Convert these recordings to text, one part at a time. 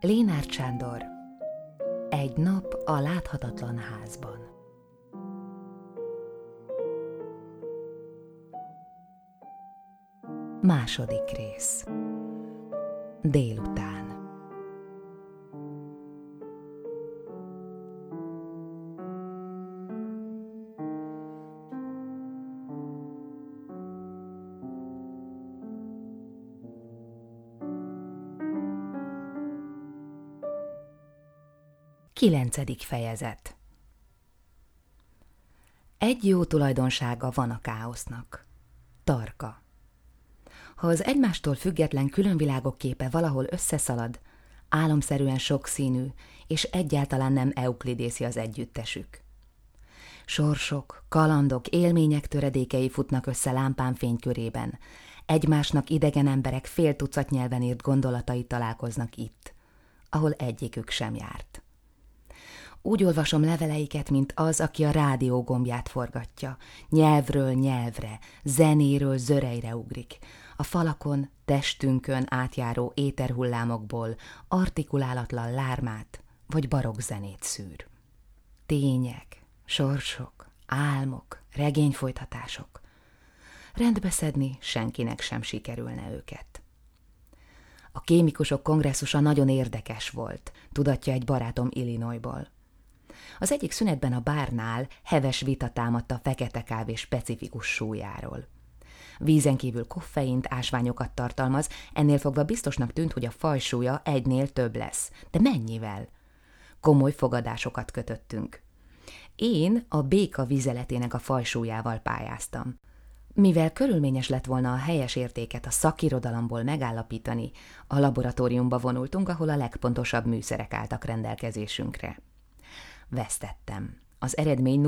Lénárd Sándor. Egy nap a láthatatlan házban. Második rész. Délután. Kilencedik fejezet. Egy jó tulajdonsága van a káosznak. Tarka. Ha az egymástól független különvilágok képe valahol összeszalad, álomszerűen sokszínű, és egyáltalán nem euklidészi az együttesük. Sorsok, kalandok, élmények töredékei futnak össze lámpán fénykörében, egymásnak idegen emberek fél tucat nyelven írt gondolatai találkoznak itt, ahol egyikük sem járt. Úgy olvasom leveleiket, mint az, aki a rádió gombját forgatja, nyelvről nyelvre, zenéről zörejre ugrik, a falakon, testünkön átjáró éterhullámokból artikulálatlan lármát vagy barokk zenét szűr. Tények, sorsok, álmok, regényfolytatások. Rendbeszedni senkinek sem sikerülne őket. A kémikusok kongresszusa nagyon érdekes volt, tudatja egy barátom Illinoisból. Az egyik szünetben a bárnál heves vita támadt a fekete kávé specifikus súlyáról. Vízen kívül koffeint, ásványokat tartalmaz, ennél fogva biztosnak tűnt, hogy a fajsúlya egynél több lesz. De mennyivel? Komoly fogadásokat kötöttünk. Én a béka vizeletének a fajsúlyával pályáztam. Mivel körülményes lett volna a helyes értéket a szakirodalomból megállapítani, a laboratóriumba vonultunk, ahol a legpontosabb műszerek álltak rendelkezésünkre. Vesztettem. Az eredmény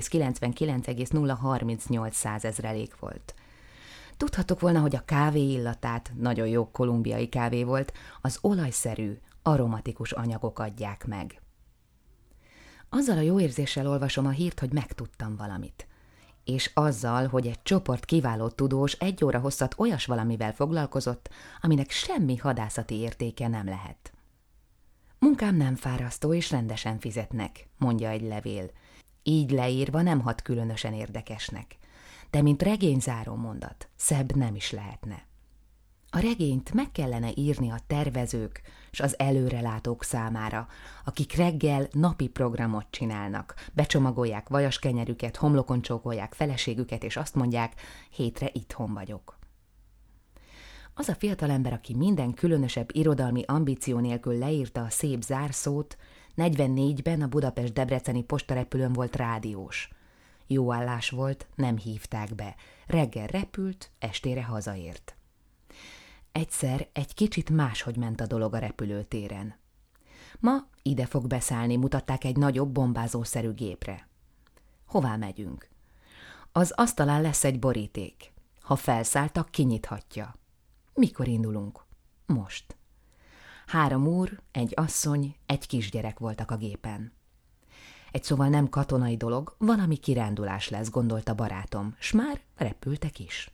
0,99,038 volt. Tudhatok volna, hogy a kávé illatát, nagyon jó kolumbiai kávé volt, az olajszerű, aromatikus anyagok adják meg. Azzal a jó érzéssel olvasom a hírt, hogy megtudtam valamit. És azzal, hogy egy csoport kiváló tudós 1 óra hosszat olyas valamivel foglalkozott, aminek semmi hadászati értéke nem lehet. Munkám nem fárasztó és rendesen fizetnek, mondja egy levél. Így leírva nem hat különösen érdekesnek. De mint regényzáró mondat, szebb nem is lehetne. A regényt meg kellene írni a tervezők s az előrelátók számára, akik reggel napi programot csinálnak, becsomagolják vajaskenyerüket, homlokon csókolják feleségüket, és azt mondják, hétre itthon vagyok. Az a fiatalember, aki minden különösebb irodalmi ambíció nélkül leírta a szép zárszót, 44-ben a Budapest-Debreceni postarepülőn volt rádiós. Jó állás volt, nem hívták be. Reggel repült, estére hazaért. Egyszer egy kicsit máshogy ment a dolog a repülőtéren. Ma ide fog beszállni, mutatták egy nagyobb bombázószerű gépre. Hová megyünk? Az asztalán lesz egy boríték. Ha felszálltak, kinyithatja. Mikor indulunk? Most. 3 úr, egy asszony, egy kisgyerek voltak a gépen. Egy szóval nem katonai dolog, valami kirándulás lesz, gondolta barátom, s már repültek is.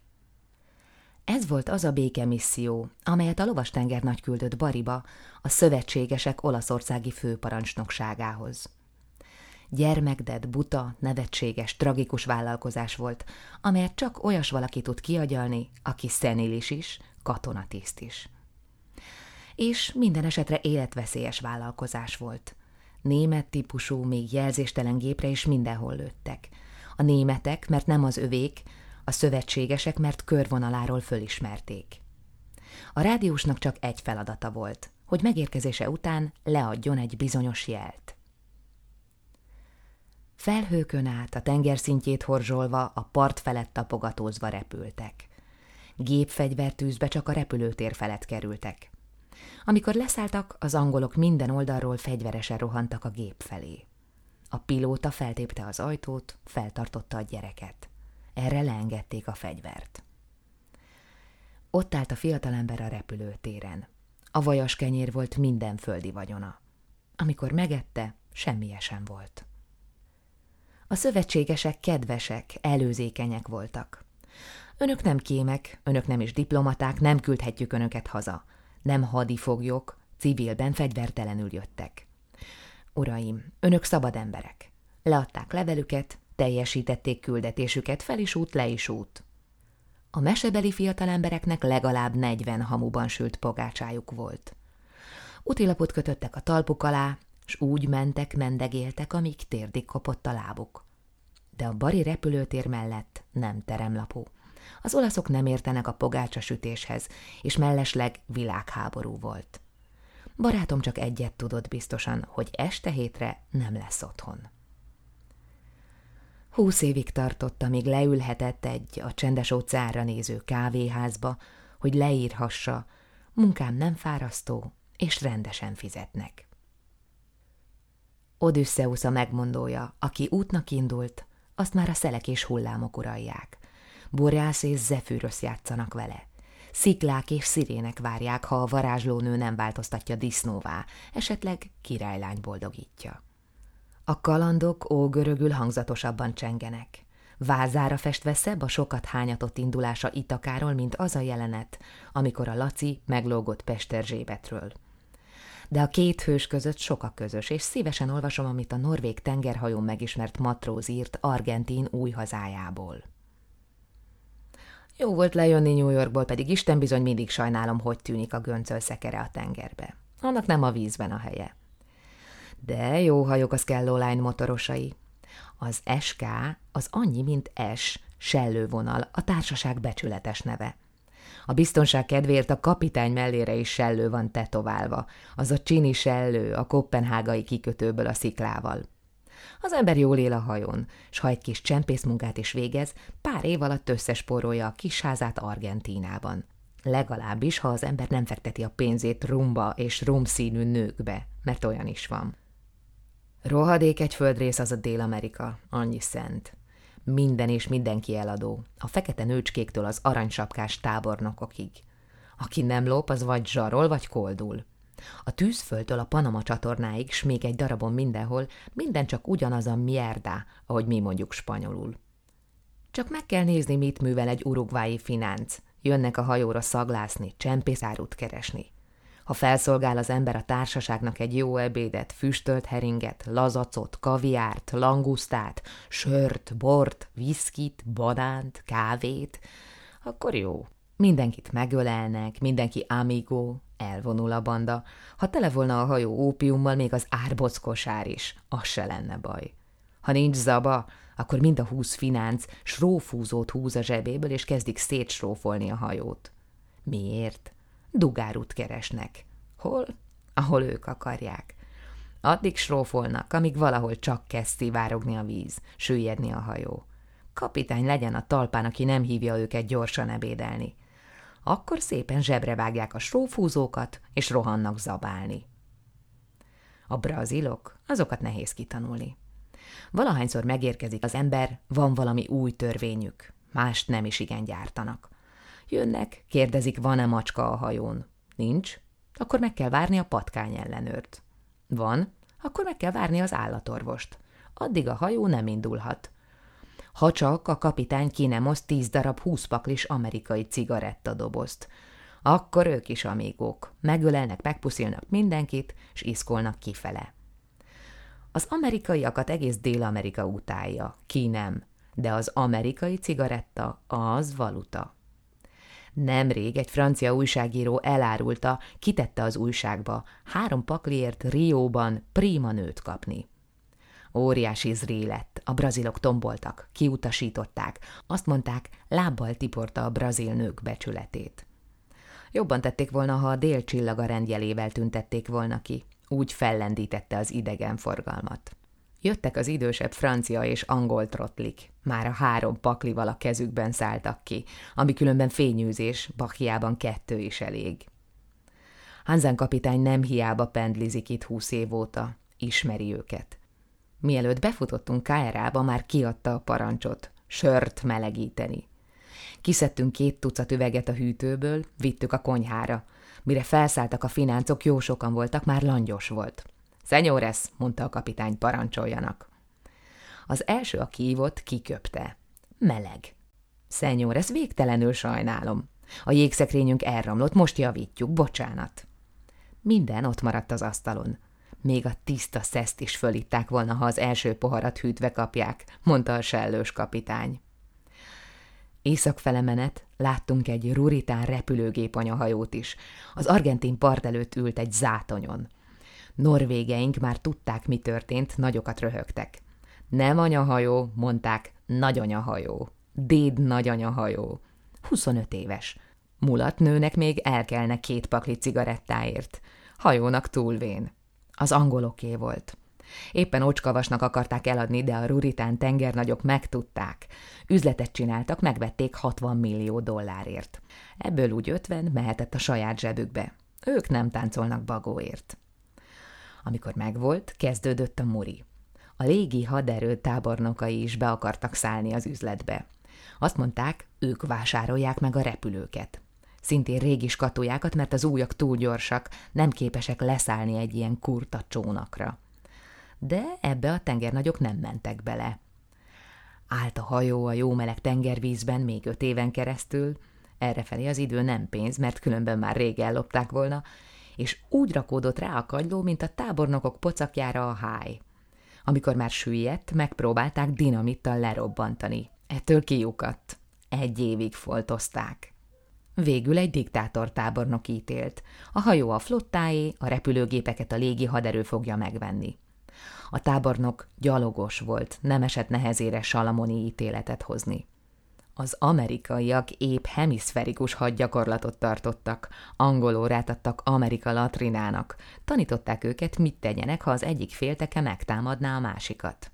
Ez volt az a békemisszió, amelyet a lovastengernagy küldött Bariba, a szövetségesek olaszországi főparancsnokságához. Gyermekded, buta, nevetséges, tragikus vállalkozás volt, amelyet csak olyas valaki tud kiagyalni, aki szenilis is, katonatiszt is. És minden esetre életveszélyes vállalkozás volt. Német típusú, még jelzéstelen gépre is mindenhol lőttek. A németek, mert nem az övék, a szövetségesek, mert körvonaláról fölismerték. A rádiósnak csak egy feladata volt, hogy megérkezése után leadjon egy bizonyos jelt. Felhőkön át, a tengerszintjét horzsolva, a part felett tapogatózva repültek. Gépfegyvertűzbe csak a repülőtér felett kerültek. Amikor leszálltak, az angolok minden oldalról fegyveresen rohantak a gép felé. A pilóta feltépte az ajtót, feltartotta a gyereket. Erre leengedték a fegyvert. Ott állt a fiatalember a repülőtéren. A vajaskenyér volt minden földi vagyona. Amikor megette, semmije sem volt. A szövetségesek kedvesek, előzékenyek voltak. Önök nem kémek, önök nem is diplomaták, nem küldhetjük önöket haza. Nem hadifoglyok, civilben fegyvertelenül jöttek. Uraim, önök szabad emberek. Leadták levelüket, teljesítették küldetésüket, fel is út, le is út. A mesebeli fiatalembereknek legalább 40 hamuban sült pogácsájuk volt. Útilapot kötöttek a talpuk alá, s úgy mentek, mendegéltek, amíg térdig kopott a lábuk. De a bari repülőtér mellett nem teremlapú. Az olaszok nem értenek a pogácsasütéshez, és mellesleg világháború volt. Barátom csak egyet tudott biztosan, hogy este hétre nem lesz otthon. 20 évig tartott, amíg leülhetett egy a csendes óceánra néző kávéházba, hogy leírhassa, munkám nem fárasztó, és rendesen fizetnek. Odüsszeusz a megmondója, aki útnak indult, azt már a szelek és hullámok uralják. Boreász és Zefűrösz játszanak vele. Sziklák és szirének várják, ha a varázslónő nem változtatja disznóvá, esetleg királylány boldogítja. A kalandok ógörögül hangzatosabban csengenek. Vázára festve szebb a sokat hányatott indulása Itakáról, mint az a jelenet, amikor a Laci meglógott Pesterzsébetről. De a két hős között sok a közös, és szívesen olvasom, amit a norvég tengerhajón megismert matróz írt Argentín új hazájából. Jó volt lejönni New Yorkból, pedig Isten bizony mindig sajnálom, hogy tűnik a göncöl szekere a tengerbe. Annak nem a vízben a helye. De jó hajók a Skello Line motorosai. Az SK az annyi, mint S, sellővonal, a társaság becsületes neve. A biztonság kedvéért a kapitány mellére is sellő van tetoválva, az a csini sellő a koppenhágai kikötőből a sziklával. Az ember jól él a hajón, s ha egy kis csempészmunkát is végez, pár év alatt összespórolja a kisházát Argentínában. Legalábbis, ha az ember nem fekteti a pénzét rumba és rumszínű nőkbe, mert olyan is van. Rohadék egy földrész az a Dél-Amerika, annyi szent. Minden és mindenki eladó, a fekete nőcskéktől az aranysapkás tábornokokig. Aki nem lop, az vagy zsarol, vagy koldul. A tűzföldtől a Panama csatornáig, s még egy darabon mindenhol, minden csak ugyanaz a mierda, ahogy mi mondjuk spanyolul. Csak meg kell nézni, mit művel egy urugvái finánc. Jönnek a hajóra szaglászni, csempészárút keresni. Ha felszolgál az ember a társaságnak egy jó ebédet, füstölt heringet, lazacot, kaviárt, langusztát, sört, bort, viszkit, banánt, kávét, akkor jó. Mindenkit megölelnek, mindenki amigo, elvonul a banda. Ha tele volna a hajó ópiummal, még az árbockosár is, az se lenne baj. Ha nincs zaba, akkor mind a 20 finánc srófúzót húz a zsebéből, és kezdik szétsrófolni a hajót. Miért? Dugárút keresnek. Hol? Ahol ők akarják. Addig srófolnak, amíg valahol csak kezd szivárogni a víz, süllyedni a hajó. Kapitány legyen a talpán, aki nem hívja őket gyorsan ebédelni. Akkor szépen zsebre vágják a srófúzókat, és rohannak zabálni. A brazilok, azokat nehéz kitanulni. Valahányszor megérkezik az ember, van valami új törvényük, mást nem is igen gyártanak. Jönnek, kérdezik, van-e macska a hajón. Nincs, akkor meg kell várni a patkány ellenőrt. Van, akkor meg kell várni az állatorvost. Addig a hajó nem indulhat. Ha csak a kapitány ki nem oszt 10 darab 20 paklis amerikai cigarettadobozt. Akkor ők is amígók, megölelnek, megpuszilnak mindenkit, s iszkolnak kifele. Az amerikaiakat egész Dél-Amerika utálja, ki nem, de az amerikai cigaretta az valuta. Nemrég egy francia újságíró elárulta, kitette az újságba, 3 pakliért Rióban prima nőt kapni. Óriási zré lett, a brazilok tomboltak, kiutasították, azt mondták, lábbal tiporta a brazil nők becsületét. Jobban tették volna, ha a dél csillaga rendjelével tüntették volna ki, úgy fellendítette az idegenforgalmat. Jöttek az idősebb francia és angol trotlik, már a 3 paklival a kezükben szálltak ki, ami különben fényűzés, Bachiában 2 is elég. Hansen kapitány nem hiába pendlizik itt 20 év óta, ismeri őket. Mielőtt befutottunk Kaerába, már kiadta a parancsot, sört melegíteni. Kiszedtünk 2 tucat üveget a hűtőből, vittük a konyhára. Mire felszálltak a fináncok, jó sokan voltak, már langyos volt. Señores, mondta a kapitány, parancsoljanak. Az első, aki hívott, kiköpte. Meleg. Señores, végtelenül sajnálom. A jégszekrényünk elromlott, most javítjuk, bocsánat. Minden ott maradt az asztalon. Még a tiszta szeszt is fölitták volna, ha az első poharat hűtve kapják, mondta a sellős kapitány. Északfele menet láttunk egy Ruritán repülőgép anyahajót is. Az argentin part előtt ült egy zátonyon. Norvégeink már tudták, mi történt, nagyokat röhögtek. Nem anyahajó, mondták, nagyanyahajó. Déd nagyanyahajó. 25 éves. Mulatnőnek még elkelne 2 pakli cigarettáért. Hajónak túlvén. Az angoloké volt. Éppen ocskavasnak akarták eladni, de a Ruritán tengernagyok megtudták. Üzletet csináltak, megvették $60 millió. Ebből úgy 50 mehetett a saját zsebükbe. Ők nem táncolnak bagóért. Amikor megvolt, kezdődött a muri. A légi haderő tábornokai is be akartak szállni az üzletbe. Azt mondták, ők vásárolják meg a repülőket. Szintén régi skatujákat, mert az újak túl gyorsak, nem képesek leszállni egy ilyen kurta csónakra. De ebbe a tengernagyok nem mentek bele. Állt a hajó a jó meleg tengervízben még 5 éven keresztül, errefelé az idő nem pénz, mert különben már rég ellopták volna, és úgy rakódott rá a kagyló, mint a tábornokok pocakjára a háj. Amikor már süllyedt, megpróbálták dinamittal lerobbantani. Ettől kiukadt. 1 évig foltozták. Végül egy diktátortábornok ítélt. A hajó a flottáé, a repülőgépeket a légi haderő fogja megvenni. A tábornok gyalogos volt, nem esett nehezére salamoni ítéletet hozni. Az amerikaiak épp hemiszferikus hadgyakorlatot tartottak, angol órát adtak Amerika latrinának, tanították őket, mit tegyenek, ha az egyik félteke megtámadná a másikat.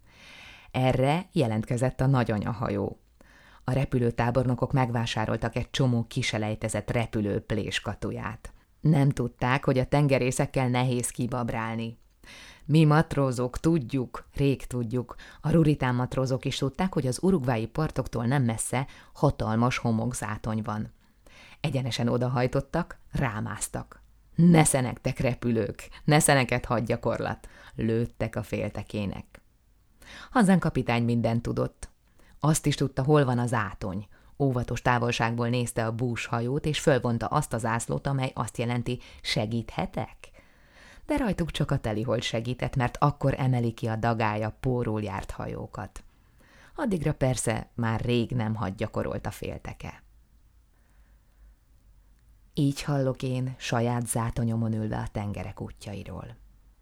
Erre jelentkezett a nagyanyahajó. A repülőtábornokok megvásároltak egy csomó kiselejtezett repülő pléskatuját. Nem tudták, hogy a tengerészekkel nehéz kibabrálni. Mi matrózok rég tudjuk, a Ruritán matrózok is tudták, hogy az uruguayi partoktól nem messze hatalmas homokzátony van. Egyenesen odahajtottak, rámásztak. Ne szenektek repülők, ne szeneket hadgyakorlat, lőttek a féltekének. Hazán kapitány mindent tudott. Azt is tudta, hol van az átony. Óvatos távolságból nézte a búshajót, és fölvonta azt az zászlót, amely azt jelenti, segíthetek? De rajtuk csak a telihold segített, mert akkor emeli ki a dagája pórul járt hajókat. Addigra persze már rég nem hadgyakorolt a félteke. Így hallok én saját zátonyomon ülve a tengerek útjairól.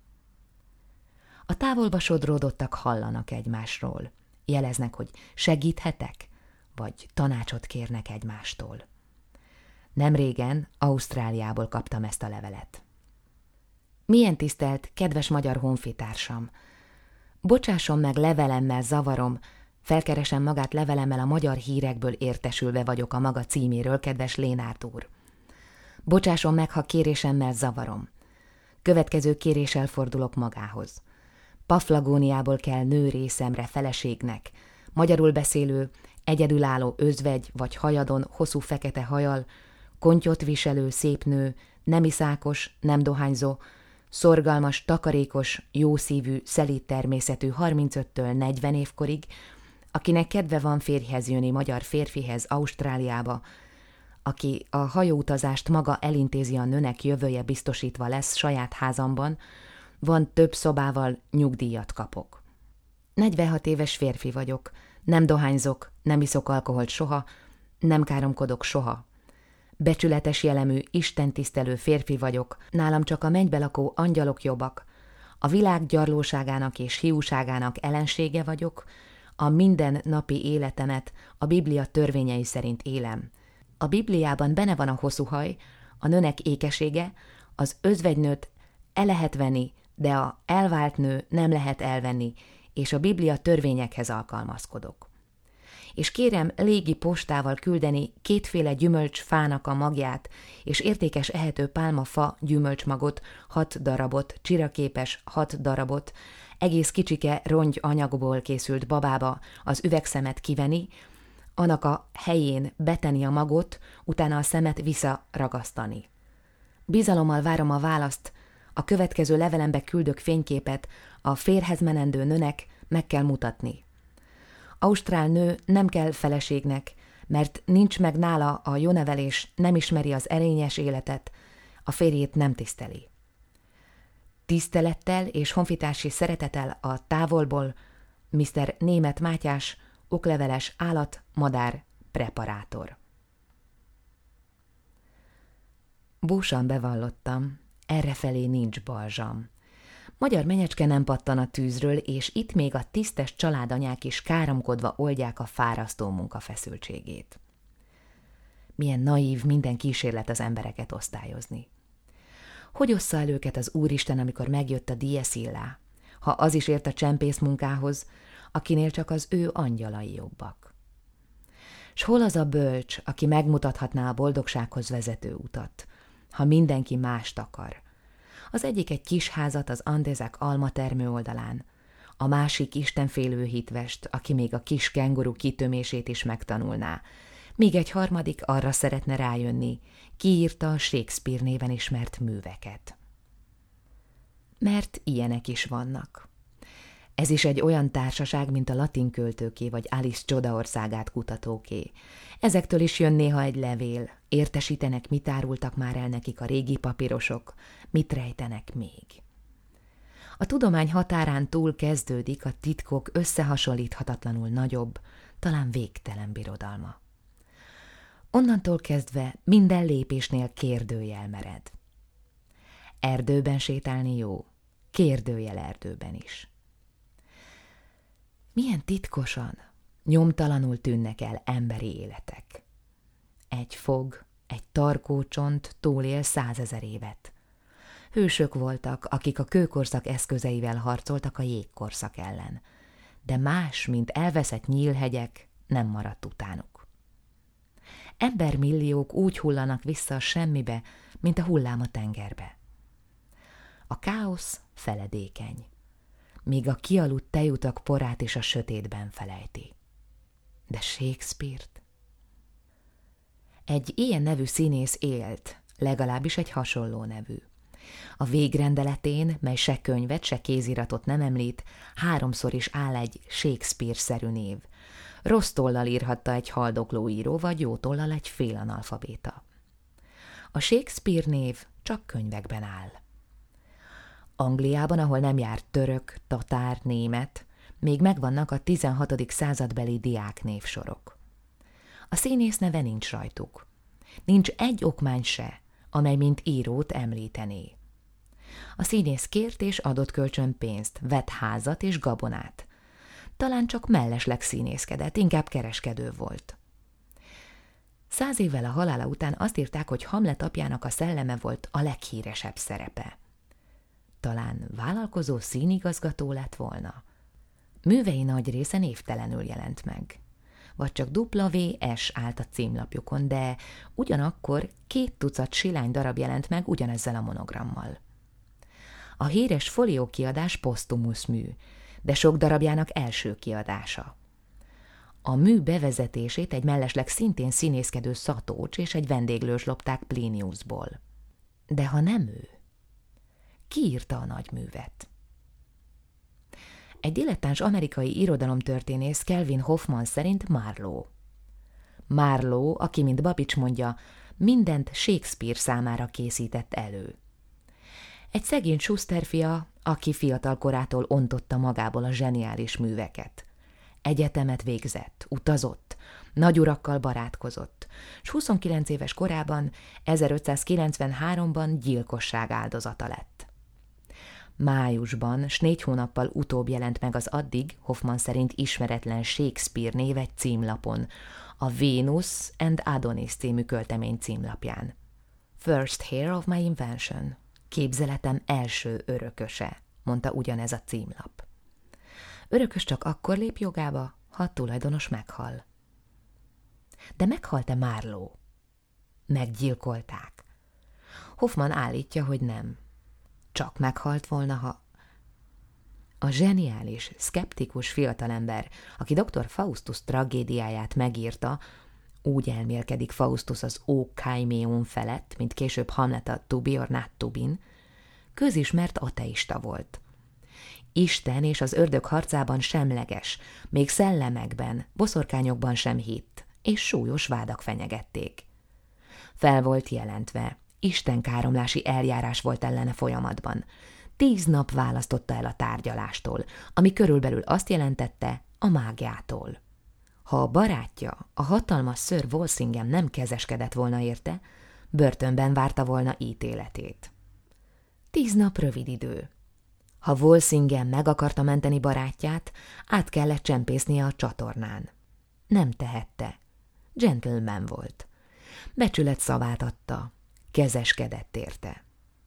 A távolba sodródottak hallanak egymásról. Jeleznek, hogy segíthetek, vagy tanácsot kérnek egymástól. Nemrégen Ausztráliából kaptam ezt a levelet. Milyen tisztelt, kedves magyar honfitársam! Bocsásson meg levelemmel zavarom, felkeresem magát levelemmel a magyar hírekből értesülve vagyok a maga címéről, kedves Lénárd úr. Bocsásson meg, ha kérésemmel zavarom. Következő kéréssel fordulok magához. Paflagóniából kell nő részemre feleségnek, magyarul beszélő, egyedülálló özvegy vagy hajadon hosszú fekete hajal, kontyot viselő szép nő, nem iszákos, nem dohányzó, szorgalmas, takarékos, jószívű, szelíd természetű 35-től 40 évkorig, akinek kedve van férjhez jönni magyar férfihez Ausztráliába, aki a hajóutazást maga elintézi, a nőnek jövője biztosítva lesz saját házamban, van több szobával, nyugdíjat kapok. 46 éves férfi vagyok, nem dohányzok, nem iszok alkoholt soha, nem káromkodok soha. Becsületes jellemű, istentisztelő férfi vagyok, nálam csak a mennybe lakó angyalok jobbak. A világ gyarlóságának és hiúságának ellensége vagyok, a minden napi életemet a Biblia törvényei szerint élem. A Bibliában benne van a hosszú haj, a nőnek ékesége, az özvegynőt el lehet venni, de a elvált nő nem lehet elvenni, és a Biblia törvényekhez alkalmazkodok. És kérem légi postával küldeni 2 gyümölcsfának a magját, és értékes ehető pálmafa gyümölcsmagot, 6 darabot, csiraképes 6 darabot, egész kicsike rongy anyagból készült babába az üvegszemet kiveni, annak a helyén beteni a magot, utána a szemet visszaragasztani. Bizalommal várom a választ, a következő levelembe küldök fényképet, a férhez menendő nőnek meg kell mutatni. Ausztrál nő nem kell feleségnek, mert nincs meg nála a jó nevelés, nem ismeri az erényes életet, A férjét nem tiszteli. Tisztelettel és honfitársi szeretettel a távolból Mr. Németh Mátyás, okleveles állat, madár, preparátor. Búsan bevallottam, errefelé nincs balzsam. Magyar menyecske nem pattan a tűzről, és itt még a tisztes családanyák is káromkodva oldják a fárasztó munkafeszültségét. Milyen naív minden kísérlet az embereket osztályozni. Hogy ossza el őket az Úristen, amikor megjött a Dies Illa, ha az is ért a csempész munkához, akinél csak az ő angyalai jobbak? S hol az a bölcs, aki megmutathatná a boldogsághoz vezető utat, ha mindenki mást akar? Az egyik egy kis házat az Andezek almatermő oldalán, a másik istenfélő hitvest, aki még a kis kenguru kitömését is megtanulná, míg egy harmadik arra szeretne rájönni, ki írta a Shakespeare néven ismert műveket. Mert ilyenek is vannak. Ez is egy olyan társaság, mint a latin költőké vagy Alice Csodaországát kutatóké. Ezektől is jön néha egy levél, értesítenek, mit árultak már el nekik a régi papírosok, mit rejtenek még. A tudomány határán túl kezdődik a titkok összehasonlíthatatlanul nagyobb, talán végtelen birodalma. Onnantól kezdve minden lépésnél kérdőjel mered. Erdőben sétálni jó, kérdőjel erdőben is. Milyen titkosan, nyomtalanul tűnnek el emberi életek. Egy fog, egy tarkócsont túlél 100 000 évet. Hősök voltak, akik a kőkorszak eszközeivel harcoltak a jégkorszak ellen, de más, mint elveszett nyílhegyek, nem maradt utánuk. Embermilliók úgy hullanak vissza a semmibe, mint a hullám a tengerbe. A káosz feledékeny, míg a kialudt tejutak porát is a sötétben felejti. De Shakespeare-t? Egy ilyen nevű színész élt, legalábbis egy hasonló nevű. A végrendeletén, mely se könyvet, se kéziratot nem említ, 3-szor is áll egy Shakespeare-szerű név. Rossz tollal írhatta egy haldokló író, vagy jó tollal egy félanalfabéta. A Shakespeare név csak könyvekben áll. Angliában, ahol nem járt török, tatár, német, még megvannak a 16. századbeli diáknévsorok. A színész neve nincs rajtuk. Nincs egy okmány se, amely mint írót említené. A színész kért és adott kölcsön pénzt, vett házat és gabonát. Talán csak mellesleg színészkedett, inkább kereskedő volt. 100 évvel a halála után azt írták, hogy Hamlet apjának a szelleme volt a leghíresebb szerepe. Talán vállalkozó színigazgató lett volna. Művei nagy része névtelenül jelent meg. Vagy csak WS állt a címlapjukon, de ugyanakkor 2 tucat silány darab jelent meg ugyanezzel a monogrammal. A híres folió kiadás posztumusz mű, de sok darabjának első kiadása. A mű bevezetését egy mellesleg szintén színészkedő szatócs és egy vendéglős lopták Pliniusból. De ha nem ő, ki írta a nagy művet? Egy dilettáns amerikai irodalomtörténész Calvin Hoffman szerint Marlowe. Marlowe, aki, mint Babics mondja, mindent Shakespeare számára készített elő. Egy szegény Schuster-fia, aki fiatal korától ontotta magából a zseniális műveket. Egyetemet végzett, utazott, nagyurakkal barátkozott, s 29 éves korában, 1593-ban gyilkosság áldozata lett. Májusban, s 4 hónappal utóbb jelent meg az addig, Hoffman szerint ismeretlen Shakespeare név egy címlapon, a Venus and Adonis című költemény címlapján. First heir of my invention. Képzeletem első örököse, mondta ugyanez a címlap. Örökös csak akkor lép jogába, ha a tulajdonos meghal. De meghalt-e Marlowe? Meggyilkolták. Hoffman állítja, hogy nem. Csak meghalt volna, ha... A zseniális, szkeptikus fiatalember, aki dr. Faustus tragédiáját megírta, úgy elmélkedik Faustus az Ó Kaiméon felett, mint később Hamlet a To be or not to be, közismert ateista volt. Isten és az ördög harcában semleges, még szellemekben, boszorkányokban sem hitt, és súlyos vádak fenyegették. Fel volt jelentve, istenkáromlási eljárás volt ellene folyamatban. 10 nap választotta el a tárgyalástól, ami körülbelül azt jelentette, a mágiától. Ha a barátja, a hatalmas Sir Walsingham nem kezeskedett volna érte, börtönben várta volna ítéletét. 10 nap rövid idő. Ha Walsingham meg akarta menteni barátját, át kellett csempésznie a csatornán. Nem tehette. Gentleman volt. Becsület szavát adta. Kezeskedett érte.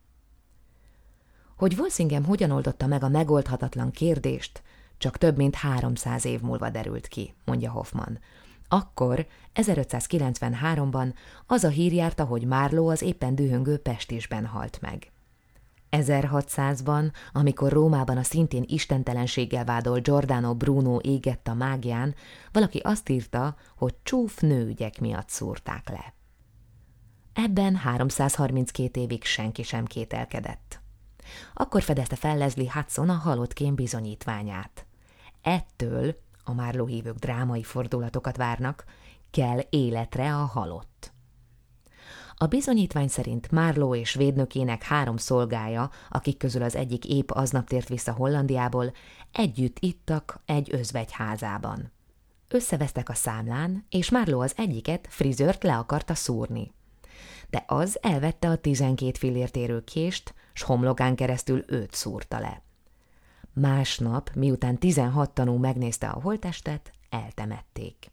Hogy Walsingham hogyan oldotta meg a megoldhatatlan kérdést, csak több mint 300 év múlva derült ki, mondja Hoffman. Akkor, 1593-ban az a hír járta, hogy Marlowe az éppen dühöngő Pestisben halt meg. 1600-ban, amikor Rómában a szintén istentelenséggel vádolt Giordano Bruno égett a mágián, valaki azt írta, hogy csúf nőügyek miatt szúrták le. Ebben 332 évig senki sem kételkedett. Akkor fedezte fel Leslie Hudson a halott kém bizonyítványát. Ettől, a Marlowe hívők drámai fordulatokat várnak, kell életre a halott. A bizonyítvány szerint Marlowe és védnökének 3 szolgája, akik közül az egyik épp aznap tért vissza Hollandiából, együtt ittak egy özvegyházában. Összevesztek a számlán, és Marlowe az egyiket, frizőrt le akarta szúrni. De az elvette a 12 fillért érő kést, s homlokán keresztül őt szúrta le. Másnap, miután 16 tanú megnézte a holttestet, eltemették.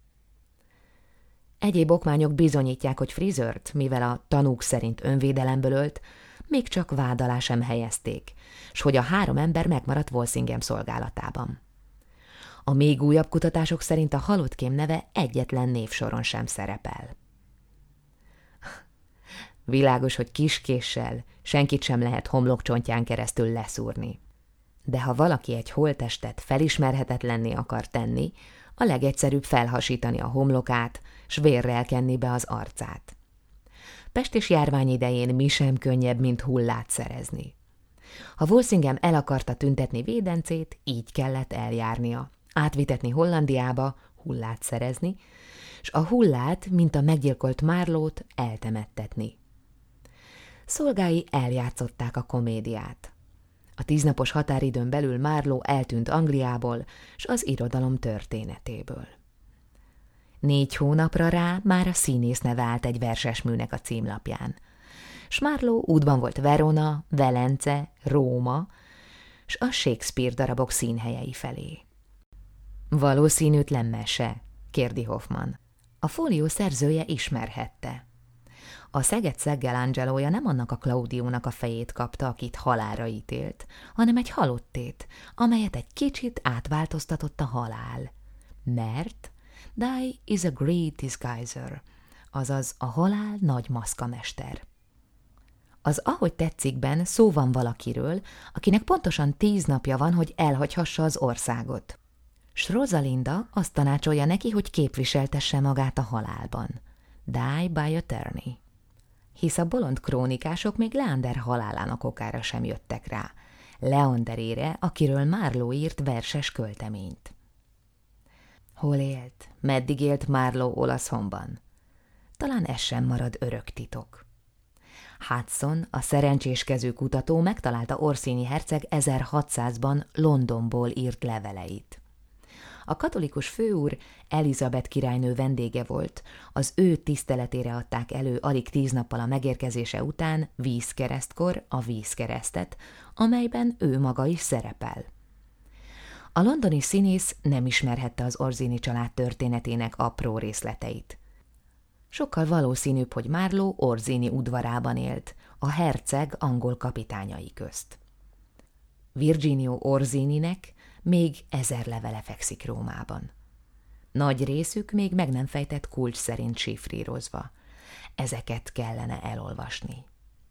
Egyéb okmányok bizonyítják, hogy frizőrt, mivel a tanúk szerint önvédelemből ölt, még csak vád alá sem helyezték, s hogy a 3 ember megmaradt Walsingham szolgálatában. A még újabb kutatások szerint a halott kém neve egyetlen névsoron sem szerepel. Világos, hogy kiskéssel senkit sem lehet homlokcsontján keresztül leszúrni. De ha valaki egy holttestet felismerhetetlenné akar tenni, a legegyszerűbb felhasítani a homlokát, s vérrel kenni be az arcát. Pestis járvány idején mi sem könnyebb, mint hullát szerezni. Ha Walsingham el akarta tüntetni védencét, így kellett eljárnia. Átvitetni Hollandiába, hullát szerezni, s a hullát, mint a meggyilkolt Marlowe-t, eltemettetni. Szolgái eljátszották a komédiát. A 10 napos határidőn belül Marlowe eltűnt Angliából, s az irodalom történetéből. 4 hónapra rá már a színész neve állt egy versesműnek a címlapján. S Marlowe útban volt Verona, Velence, Róma, s a Shakespeare darabok színhelyei felé. Valószínűtlen mese? Kérdi Hoffman. A fólió szerzője ismerhette. A Szeged-Szeggel Angelója nem annak a Claudiónak a fejét kapta, akit halálra ítélt, hanem egy halottét, amelyet egy kicsit átváltoztatott a halál. Mert die is a great disguiser, azaz a halál nagy maszkamester. Az Ahogy tetszikben szó van valakiről, akinek pontosan 10 napja van, hogy elhagyhassa az országot. S Rosalinda azt tanácsolja neki, hogy képviseltesse magát a halálban. Die by attorney. Hisz a bolond krónikások még Leander halálának okára sem jöttek rá. Leanderére, akiről Marlowe írt verses költeményt. Hol élt? Meddig élt Marlowe Olaszonban? Talán ez sem marad örök titok. Hudson, a szerencséskező kutató megtalálta Orsini herceg 1600-ban Londonból írt leveleit. A katolikus főúr Elizabeth királynő vendége volt, az ő tiszteletére adták elő alig 10 nappal a megérkezése után vízkeresztkor a vízkeresztet, amelyben ő maga is szerepel. A londoni színész nem ismerhette az Orsini család történetének apró részleteit. Sokkal valószínűbb, hogy Marlowe Orsini udvarában élt, a herceg angol kapitányai közt. Virginio Orsininek még 1000 levele fekszik Rómában. Nagy részük még meg nem fejtett kulcs szerint sifrírozva. Ezeket kellene elolvasni.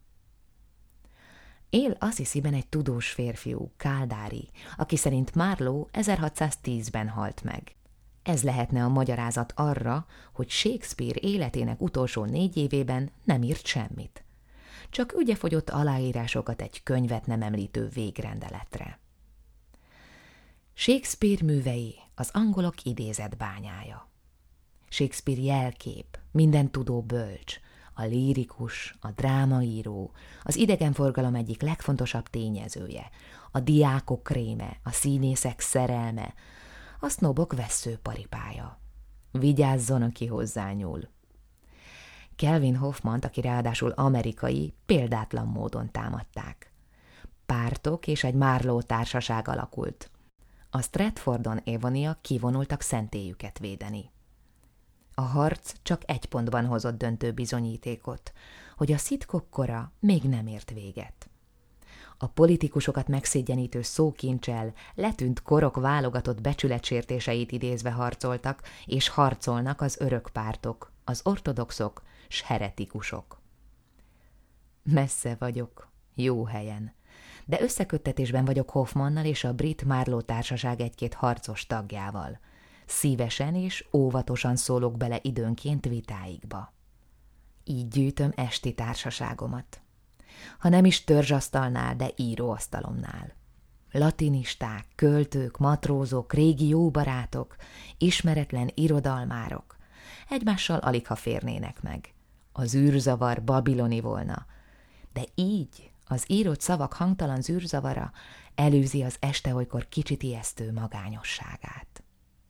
Él Assisiben egy tudós férfiú, Káldári, aki szerint Marlowe 1610-ben halt meg. Ez lehetne a magyarázat arra, hogy Shakespeare életének utolsó 4 évében nem írt semmit. Csak ügyefogyott aláírásokat egy könyvet nem említő végrendeletre. Shakespeare művei az angolok idézett bányája. Shakespeare jelkép, mindentudó bölcs, a lírikus, a drámaíró, az idegenforgalom egyik legfontosabb tényezője, a diákok kréme, a színészek szerelme, a sznobok vesszőparipája. Vigyázzon, aki hozzányúl. Calvin Hoffmant, aki ráadásul amerikai, példátlan módon támadták. Pártok és egy Marlowe társaság alakult. A Stratfordon-Avonia kivonultak szentélyüket védeni. A harc csak egy pontban hozott döntő bizonyítékot, hogy a szitkok kora még nem ért véget. A politikusokat megszégyenítő szókincsel letűnt korok válogatott becsületsértéseit idézve harcoltak, és harcolnak az örök pártok, az ortodoxok s heretikusok. Messze vagyok, jó helyen, de összeköttetésben vagyok Hoffmannal és a brit Marlowe társaság egy-két harcos tagjával. Szívesen és óvatosan szólok bele időnként vitáikba. Így gyűjtöm esti társaságomat. Ha nem is törzsasztalnál, de íróasztalomnál. Latinisták, költők, matrózok, régi jó barátok, ismeretlen irodalmárok. Egymással aligha férnének meg. Az űrzavar babiloni volna. De így az írott szavak hangtalan zűrzavara előzi az este olykor kicsit ijesztő magányosságát.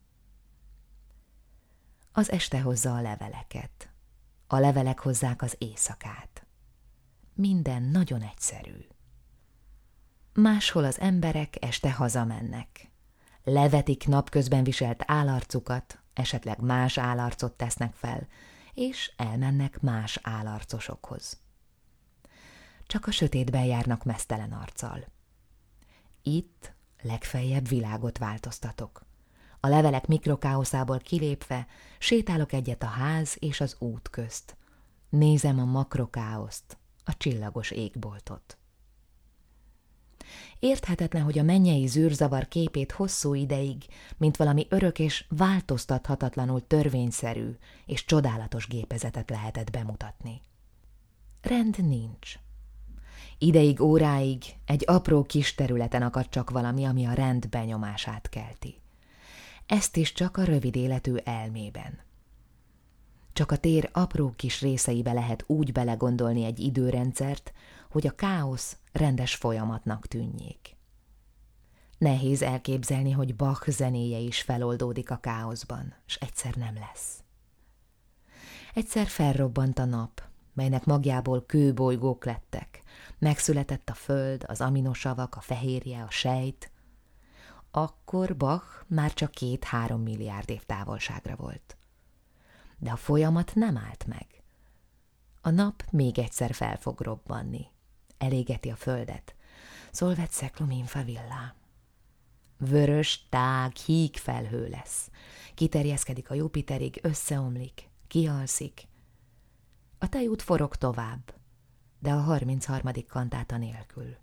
Az este hozza a leveleket. A levelek hozzák az éjszakát. Minden nagyon egyszerű. Máshol az emberek este hazamennek. Levetik napközben viselt állarcukat, esetleg más állarcot tesznek fel, és elmennek más állarcosokhoz. Csak a sötétben járnak meztelen arccal. Itt legfeljebb világot változtatok. A levelek mikrokáoszából kilépve sétálok egyet a ház és az út közt. Nézem a makrokáoszt, a csillagos égboltot. Érthetetlen, hogy a mennyei zűrzavar képét hosszú ideig, mint valami örök és változtathatatlanul törvényszerű és csodálatos gépezetet lehetett bemutatni. Rend nincs. Ideig, óráig egy apró kis területen akad csak valami, ami a rend benyomását kelti. Ezt is csak a rövid életű elmében. Csak a tér apró kis részeibe lehet úgy belegondolni egy időrendszert, hogy a káosz rendes folyamatnak tűnjék. Nehéz elképzelni, hogy Bach zenéje is feloldódik a káoszban, s egyszer nem lesz. Egyszer felrobbant a nap, melynek magjából kőbolygók lettek, megszületett a föld, az aminosavak, a fehérje, a sejt. Akkor Bach már csak 2-3 milliárd év távolságra volt. De a folyamat nem állt meg. A nap még egyszer fel fog robbanni. Elégeti a földet. Solvet seclum in favilla. Vörös, tág, híg felhő lesz. Kiterjeszkedik a Jupiterig, összeomlik, kialszik. A tejút forog tovább, de a 33. kantáta nélkül.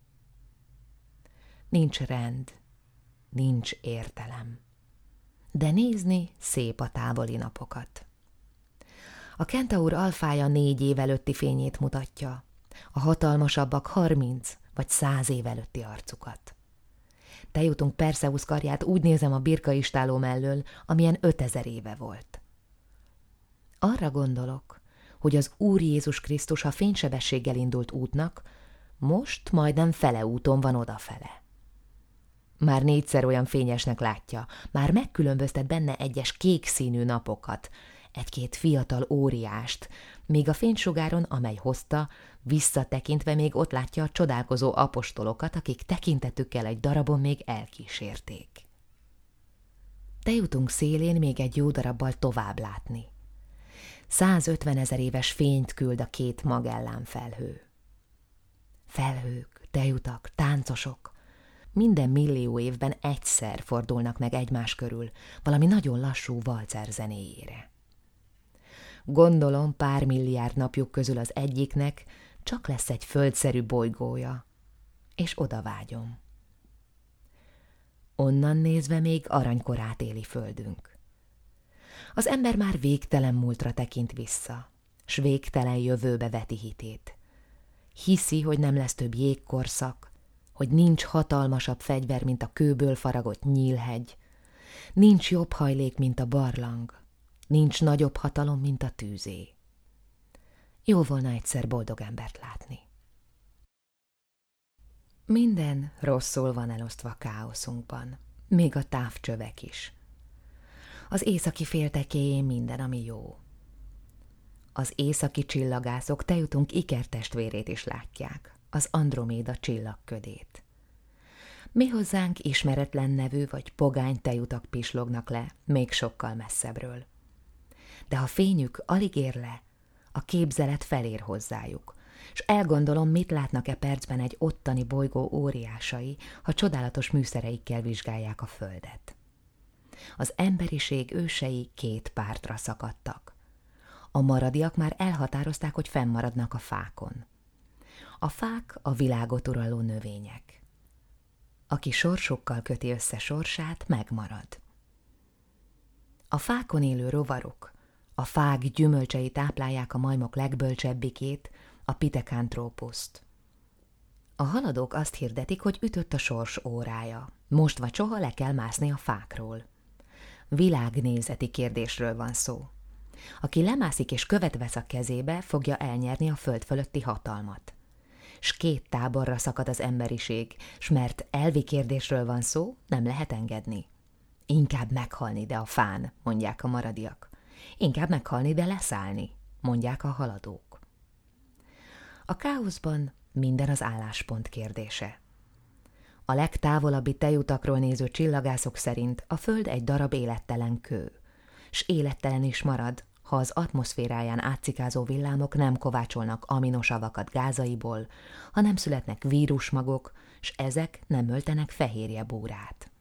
Nincs rend, nincs értelem. De nézni szép a távoli napokat. A Kentaur alfája 4 év előtti fényét mutatja, a hatalmasabbak 30 vagy 100 év előtti arcukat. Tejutunk Perszeusz karját úgy nézem a birka istáló mellől, amilyen 5000 éve volt. Arra gondolok, hogy az Úr Jézus Krisztus a fénysebességgel indult útnak, most majdnem fele úton van odafele. Már 4-szer olyan fényesnek látja, már megkülönböztet benne egyes kék színű napokat, egy-két fiatal óriást, míg a fénysugáron, amely hozta, visszatekintve még ott látja a csodálkozó apostolokat, akik tekintetükkel egy darabon még elkísérték. Tejutunk szélén még egy jó darabbal tovább látni. 150 000 éves fényt küld a 2 Magellán felhő. Felhők, tejutak, táncosok, minden millió évben egyszer fordulnak meg egymás körül, valami nagyon lassú valcer zenéjére. Gondolom, pár milliárd napjuk közül az egyiknek csak lesz egy földszerű bolygója, és oda vágyom. Onnan nézve még aranykorát éli földünk. Az ember már végtelen múltra tekint vissza, s végtelen jövőbe veti hitét. Hiszi, hogy nem lesz több jégkorszak, hogy nincs hatalmasabb fegyver, mint a kőből faragott nyílhegy, nincs jobb hajlék, mint a barlang, nincs nagyobb hatalom, mint a tűzé. Jó volna egyszer boldog embert látni. Minden rosszul van elosztva káoszunkban, még a távcsövek is. Az északi féltekéjén minden, ami jó. Az északi csillagászok Teutunk ikertestvérét is látják, az Androméda csillagködét. Mi hozzánk ismeretlen nevű vagy pogány tejutak pislognak le, még sokkal messzebbről. De ha fényük alig ér le, a képzelet felér hozzájuk, s elgondolom, mit látnak-e percben egy ottani bolygó óriásai, ha csodálatos műszereikkel vizsgálják a Földet. Az emberiség ősei két pártra szakadtak. A maradiak már elhatározták, hogy fennmaradnak a fákon. A fák a világot uraló növények. Aki sorsukkal köti össze sorsát, megmarad. A fákon élő rovarok, a fák gyümölcsei táplálják a majmok legbölcsebbikét, a Pithecanthropust. A haladók azt hirdetik, hogy ütött a sors órája. Most vagy soha le kell mászni a fákról. Világnézeti kérdésről van szó. Aki lemászik és követ vesz a kezébe, fogja elnyerni a föld fölötti hatalmat. S két táborra szakad az emberiség, s mert elvi kérdésről van szó, nem lehet engedni. Inkább meghalni, de a fán, mondják a maradiak. Inkább meghalni, de leszállni, mondják a haladók. A káoszban minden az álláspont kérdése. A legtávolabbi tejutakról néző csillagászok szerint a Föld egy darab élettelen kő, s élettelen is marad, ha az atmoszféráján átcikázó villámok nem kovácsolnak aminosavakat gázaiból, ha nem születnek vírusmagok, s ezek nem öltenek fehérje búrát.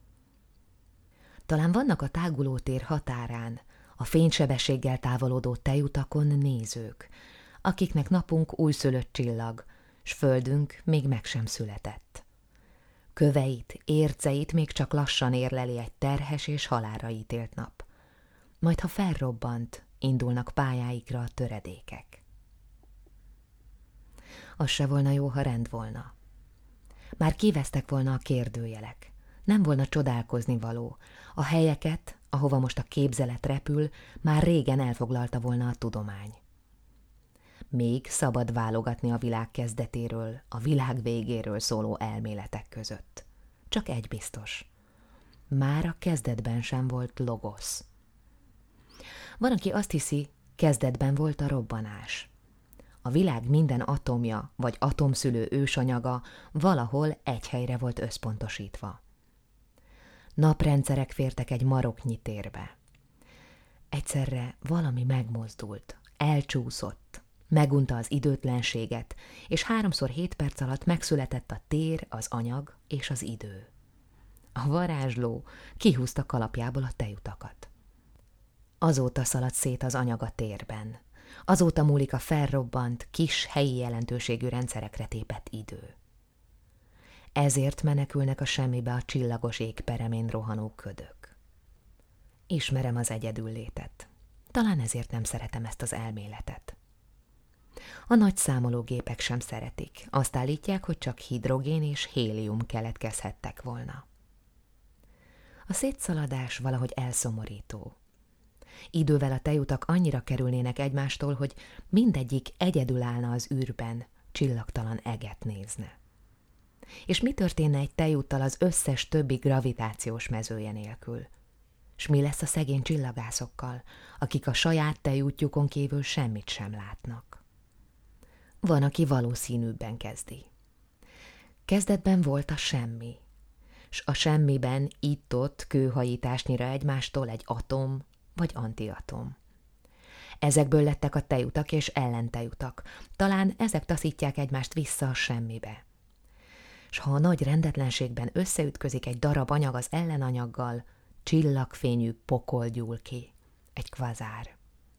Talán vannak a tágulótér határán, a fénysebességgel távolodó tejutakon nézők, akiknek napunk újszülött csillag, s földünk még meg sem született. Köveit, érceit még csak lassan érleli egy terhes és halálra ítélt nap. Majd ha felrobbant, indulnak pályáikra a töredékek. Az se volna jó, ha rend volna. Már kivesztek volna a kérdőjelek. Nem volna csodálkozni való. A helyeket, ahova most a képzelet repül, már régen elfoglalta volna a tudomány. Még szabad válogatni a világ kezdetéről, a világ végéről szóló elméletek között. Csak egy biztos. Már a kezdetben sem volt logosz. Van, aki azt hiszi, kezdetben volt a robbanás. A világ minden atomja vagy atomszülő ősanyaga valahol egy helyre volt összpontosítva. Naprendszerek fértek egy maroknyi térbe. Egyszerre valami megmozdult, elcsúszott, megunta az időtlenséget, és 3x7 perc alatt megszületett a tér, az anyag és az idő. A varázsló kihúzta kalapjából a tejutakat. Azóta szalad szét az anyag a térben. Azóta múlik a felrobbant, kis helyi jelentőségű rendszerekre tépett idő. Ezért menekülnek a semmibe a csillagos ég peremén rohanó ködök. Ismerem az egyedüllétet. Talán ezért nem szeretem ezt az elméletet. A nagy számológépek sem szeretik. Azt állítják, hogy csak hidrogén és hélium keletkezhettek volna. A szétszaladás valahogy elszomorító. Idővel a tejutak annyira kerülnének egymástól, hogy mindegyik egyedül állna az űrben, csillagtalan eget nézne. És mi történne egy tejúttal az összes többi gravitációs mezője nélkül? S mi lesz a szegény csillagászokkal, akik a saját tejútjukon kívül semmit sem látnak? Van, aki valószínűbben kezdi. Kezdetben volt a semmi, s a semmiben itt-ott kőhajításnyira egymástól egy atom vagy antiatom. Ezekből lettek a tejutak és ellentejutak. Talán ezek taszítják egymást vissza a semmibe. S ha a nagy rendetlenségben összeütközik egy darab anyag az ellenanyaggal, csillagfényű pokol gyúl ki, egy kvazár.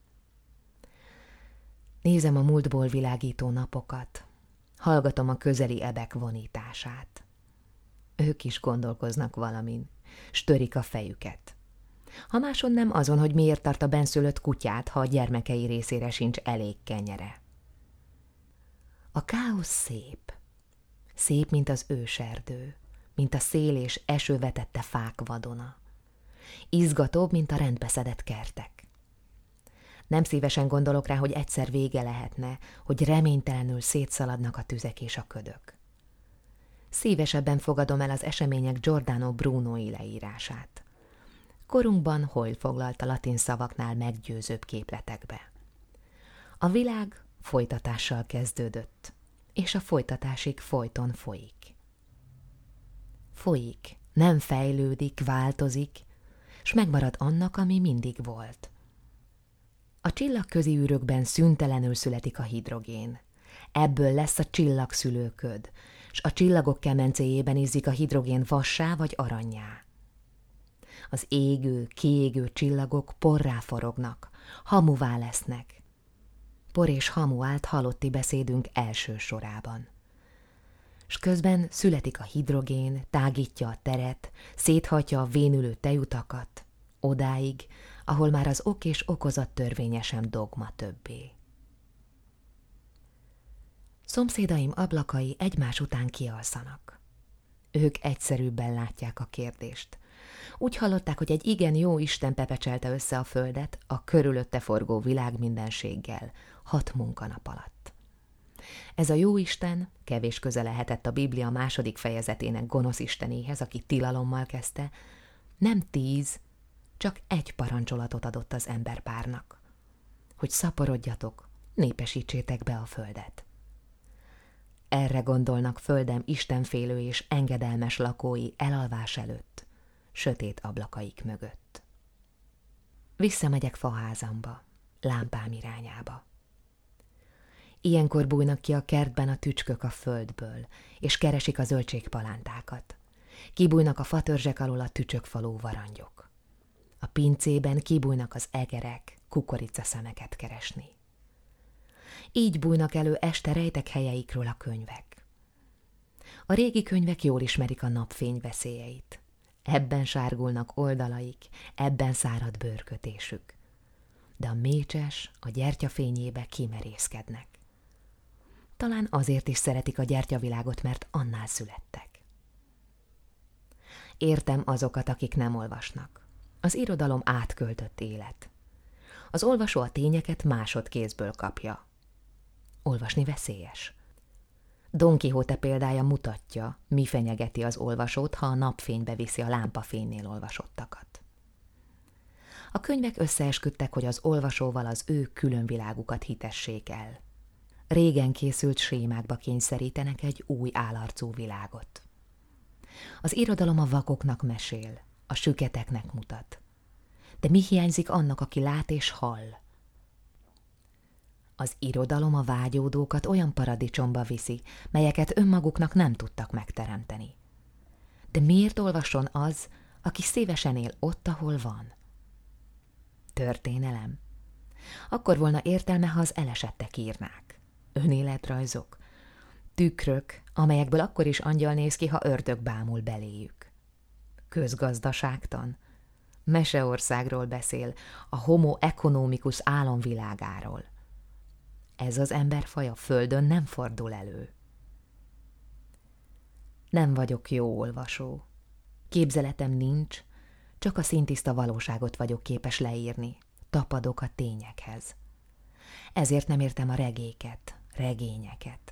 Nézem a múltból világító napokat, hallgatom a közeli ebek vonítását. Ők is gondolkoznak valamin, s törik a fejüket. Ha máson nem azon, hogy miért tart a benszülött kutyát, ha a gyermekei részére sincs elég kenyere. A káosz szép. Szép, mint az őserdő, mint a szél és eső vetette fák vadona. Izgatóbb, mint a rendbeszedett kertek. Nem szívesen gondolok rá, hogy egyszer vége lehetne, hogy reménytelenül szétszaladnak a tüzek és a ködök. Szívesebben fogadom el az események Giordano Brunoi leírását. Korunkban hol foglalt a latin szavaknál meggyőzőbb képletekbe. A világ folytatással kezdődött, és a folytatásig folyton folyik. Folyik, nem fejlődik, változik, s megmarad annak, ami mindig volt. A csillagközi űrökben szüntelenül születik a hidrogén. Ebből lesz a csillagszülőköd, s a csillagok kemencéjében izzik a hidrogén vassá vagy arannyá. Az égő, kiégő csillagok porrá forognak, hamuvá lesznek. Por és hamu állt halotti beszédünk első sorában. S közben születik a hidrogén, tágítja a teret, széthatja a vénülő tejutakat, odáig, ahol már az ok és okozat törvénye sem dogma többé. Szomszédaim ablakai egymás után kialszanak. Ők egyszerűbben látják a kérdést. Úgy hallották, hogy egy igen jó Isten pepecselte össze a földet a körülötte forgó világ mindenséggel, 6 munkanap alatt. Ez a jó Isten kevés köze lehetett a Biblia 2. fejezetének gonosz istenéhez, aki tilalommal kezdte, nem 10, csak 1 parancsolatot adott az emberpárnak, hogy szaporodjatok, népesítsétek be a földet. Erre gondolnak földem istenfélő és engedelmes lakói elalvás előtt, sötét ablakaik mögött. Visszamegyek faházamba, lámpám irányába. Ilyenkor bújnak ki a kertben a tücskök a földből, és keresik a zöldségpalántákat. Kibújnak a fatörzsek alól a tücsökfalú varangyok. A pincében kibújnak az egerek, kukoricaszemeket keresni. Így bújnak elő este rejtek helyeikről a könyvek. A régi könyvek jól ismerik a napfény veszélyeit. Ebben sárgulnak oldalaik, ebben szárad bőrkötésük. De a mécses a gyertyafényébe kimerészkednek. Talán azért is szeretik a gyertyavilágot, mert annál születtek. Értem azokat, akik nem olvasnak. Az irodalom átköltött élet. Az olvasó a tényeket másodkézből kapja. Olvasni veszélyes. Don Quixote példája mutatja, mi fenyegeti az olvasót, ha a napfénybe viszi a lámpafénynél olvasottakat. A könyvek összeesküdtek, hogy az olvasóval az ő különvilágukat hitessék el. Régen készült sémákba kényszerítenek egy új állarcú világot. Az irodalom a vakoknak mesél, a süketeknek mutat. De mi hiányzik annak, aki lát és hall? Az irodalom a vágyódókat olyan paradicsomba viszi, melyeket önmaguknak nem tudtak megteremteni. De miért olvasson az, aki szívesen él ott, ahol van? Történelem. Akkor volna értelme, ha az elesettek írnák. Önéletrajzok. Tükrök, amelyekből akkor is angyal néz ki, ha ördög bámul beléjük. Közgazdaságtan. Meseországról beszél, a homo economicus álomvilágáról. Ez az emberfaj a földön nem fordul elő. Nem vagyok jó olvasó. Képzeletem nincs, csak a színtiszta valóságot vagyok képes leírni. Tapadok a tényekhez. Ezért nem értem a regéket, regényeket.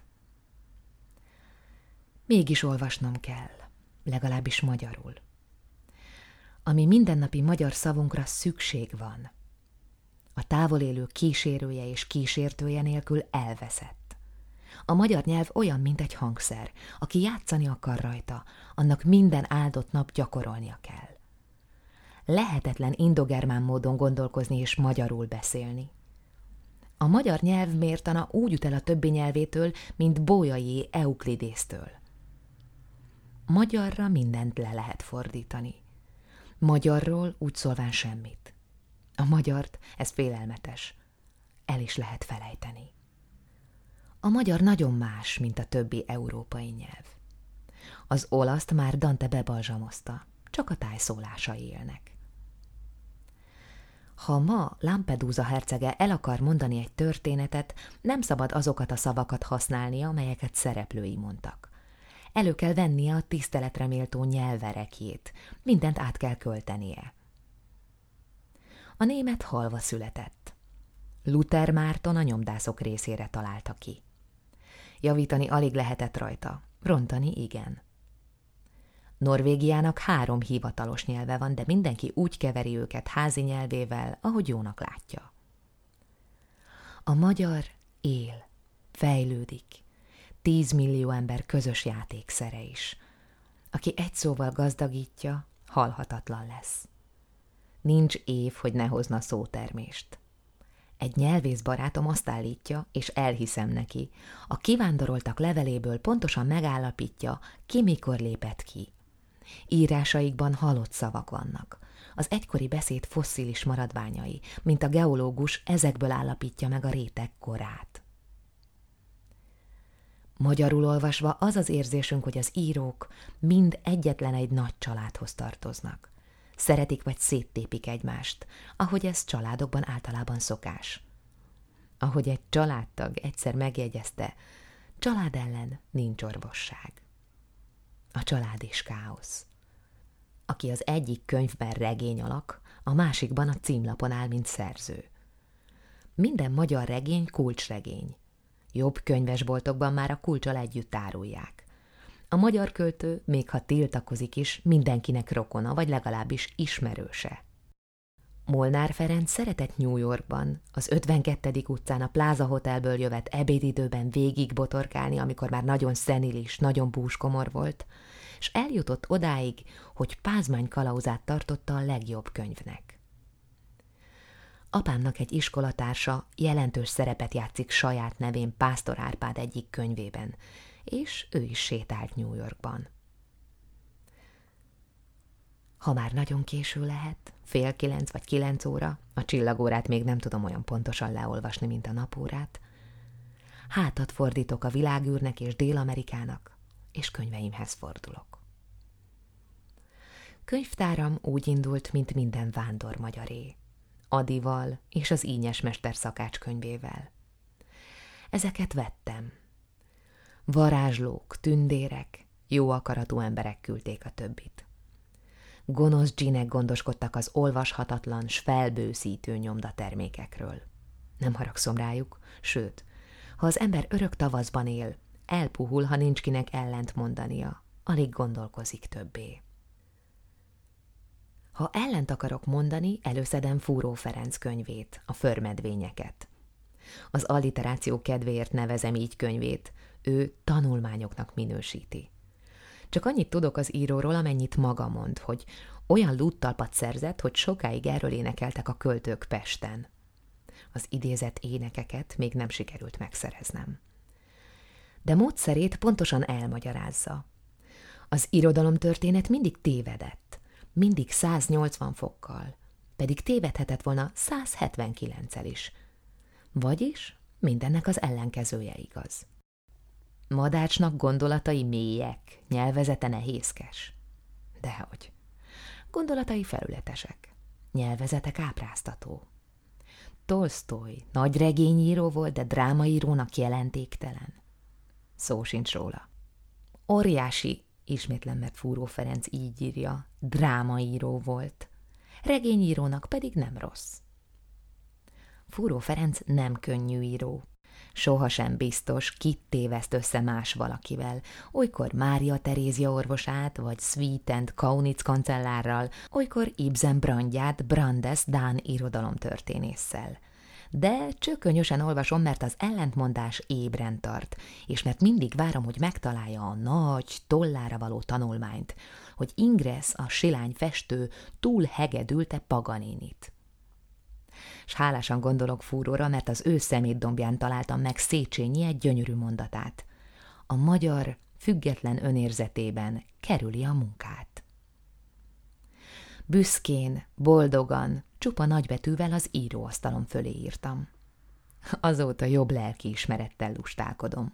Mégis olvasnom kell, legalábbis magyarul. Ami mindennapi magyar szavunkra szükség van. A távol élő kísérője és kísértője nélkül elveszett. A magyar nyelv olyan, mint egy hangszer. Aki játszani akar rajta, annak minden áldott nap gyakorolnia kell. Lehetetlen indogermán módon gondolkozni és magyarul beszélni. A magyar nyelv mértana úgy üt el a többi nyelvétől, mint Bolyaié Euklidésztől. Magyarra mindent le lehet fordítani. Magyarról úgy szólván semmit. A magyart, ez félelmetes, el is lehet felejteni. A magyar nagyon más, mint a többi európai nyelv. Az olaszt már Dante bebalzsamozta, csak a tájszólásai élnek. Ha ma Lampedusa hercege el akar mondani egy történetet, nem szabad azokat a szavakat használnia, amelyeket szereplői mondtak. Elő kell vennie a tiszteletre méltó nyelverekjét, mindent át kell költenie. A német halva született. Luther Márton a nyomdászok részére találta ki. Javítani alig lehetett rajta, rontani igen. Norvégiának 3 hivatalos nyelve van, de mindenki úgy keveri őket házi nyelvével, ahogy jónak látja. A magyar él, fejlődik, 10 millió ember közös játékszere is. Aki egy szóval gazdagítja, halhatatlan lesz. Nincs év, hogy ne hozna szótermést. Egy nyelvész barátom azt állítja, és elhiszem neki, a kivándoroltak leveléből pontosan megállapítja, ki mikor lépett ki. Írásaikban halott szavak vannak. Az egykori beszéd fosszilis maradványai, mint a geológus ezekből állapítja meg a réteg korát. Magyarul olvasva az az érzésünk, hogy az írók mind egyetlen egy nagy családhoz tartoznak. Szeretik vagy széttépik egymást, ahogy ez családokban általában szokás. Ahogy egy családtag egyszer megjegyezte, család ellen nincs orvosság. A család is káosz. Aki az egyik könyvben regény alak, a másikban a címlapon áll, mint szerző. Minden magyar regény kulcsregény. Jobb könyvesboltokban már a kulccsal együtt árulják. A magyar költő, még ha tiltakozik is, mindenkinek rokona, vagy legalábbis ismerőse. Molnár Ferenc szeretett New Yorkban, az 52. utcán a Plaza Hotelből jövet ebédidőben végig botorkálni, amikor már nagyon szenilis, nagyon búskomor volt, és eljutott odáig, hogy Pázmány kalauzát tartotta a legjobb könyvnek. Apámnak egy iskolatársa jelentős szerepet játszik saját nevén Pásztor Árpád egyik könyvében, és ő is sétált New Yorkban. Ha már nagyon késő lehet, 8:30 vagy 9 óra, a csillagórát még nem tudom olyan pontosan leolvasni, mint a napórát, hátat fordítok a világűrnek és Dél-Amerikának, és könyveimhez fordulok. Könyvtáram úgy indult, mint minden vándor magyaré. Adival és az Ínyes mester szakácskönyvével. Ezeket vettem. Varázslók, tündérek, jó akaratú emberek küldték a többit. Gonosz dzsinek gondoskodtak az olvashatatlan, s felbőszítő nyomdatermékekről. Nem haragszom rájuk, sőt, ha az ember örök tavaszban él, elpuhul, ha nincs kinek ellent mondania, alig gondolkozik többé. Ha ellent akarok mondani, előszedem Fúró Ferenc könyvét, a Förmedvényeket. Az alliteráció kedvéért nevezem így könyvét, ő tanulmányoknak minősíti. Csak annyit tudok az íróról, amennyit maga mond, hogy olyan lúttalpat szerzett, hogy sokáig erről énekeltek a költők Pesten. Az idézett énekeket még nem sikerült megszereznem. De módszerét pontosan elmagyarázza. Az irodalomtörténet mindig tévedett, mindig 180 fokkal, pedig tévedhetett volna 179-el is. Vagyis mindennek az ellenkezője igaz. Madácsnak gondolatai mélyek, nyelvezete nehézkes. Dehogy. Gondolatai felületesek, nyelvezete kápráztató. Tolsztoj nagy regényíró volt, de drámaírónak jelentéktelen. Szó sincs róla. Óriási, ismétlen, mert Fúró Ferenc így írja, drámaíró volt. Regényírónak pedig nem rossz. Fúró Ferenc nem könnyű író. Sohasem biztos, kit téveszt össze más valakivel, olykor Mária Terézia orvosát, vagy Sweetent Kaunitz kancellárral, olykor Ibsen Brandját Brandes dán irodalomtörténésszel. De csökönyösen olvasom, mert az ellentmondás ébren tart, és mert mindig várom, hogy megtalálja a nagy, tollára való tanulmányt, hogy Ingres, a silány festő, túl hegedülte Paganinit. S hálásan gondolok Fúróra, mert az ő szemétdombján találtam meg Széchenyi egy gyönyörű mondatát. A magyar független önérzetében kerüli a munkát. Büszkén, boldogan, csupa nagybetűvel az íróasztalom fölé írtam. Azóta jobb lelkiismerettel lustálkodom.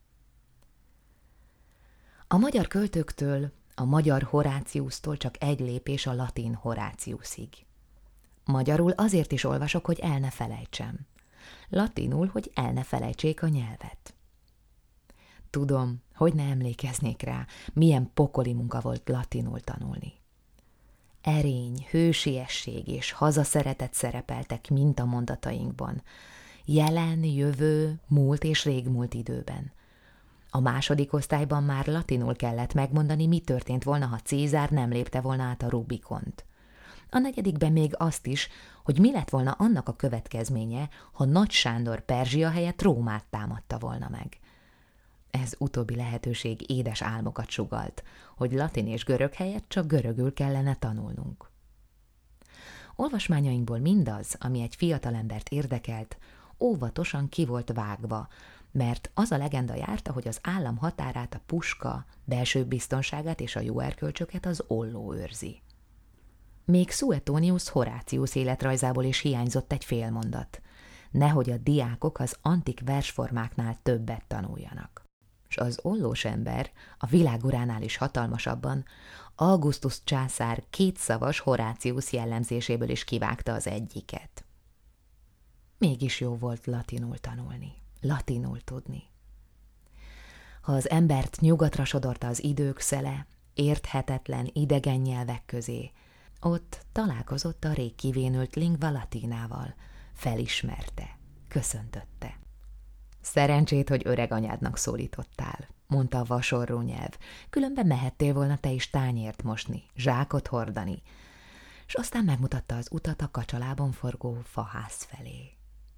A magyar költőktől, a magyar Horáciusztól csak egy lépés a latin Horáciuszig. Magyarul azért is olvasok, hogy el ne felejtsem. Latinul, hogy el ne felejtsék a nyelvet. Tudom, hogy ne emlékeznék rá, milyen pokoli munka volt latinul tanulni. Erény, hősiesség és hazaszeretet szerepeltek mintamondatainkban, jelen, jövő, múlt és régmúlt időben. A második osztályban már latinul kellett megmondani, mi történt volna, ha Cézár nem lépte volna át a Rubikont. A negyedikben még azt is, hogy mi lett volna annak a következménye, ha Nagy Sándor Perzsia helyett Rómát támadta volna meg. Ez utóbbi lehetőség édes álmokat sugalt, hogy latin és görög helyett csak görögül kellene tanulnunk. Olvasmányainkból mindaz, ami egy fiatalembert érdekelt, óvatosan ki volt vágva, mert az a legenda járta, hogy az állam határát a puska, belső biztonságát és a jó erkölcsöket az olló őrzi. Még Suetonius Horácius életrajzából is hiányzott egy félmondat, nehogy a diákok az antik versformáknál többet tanuljanak. És az ollós ember a világuránál is hatalmasabban Augustus császár kétszavas Horácius jellemzéséből is kivágta az egyiket. Mégis jó volt latinul tanulni, latinul tudni. Ha az embert nyugatra sodorta az idők szele, érthetetlen, idegen nyelvek közé, ott találkozott a rég kivénült lingva latinával, felismerte, köszöntötte. Szerencsét, hogy öreg anyádnak szólítottál, mondta a vasorró nyelv, különben mehettél volna te is tányért mosni, zsákot hordani, és aztán megmutatta az utat a kacsalában forgó faház felé.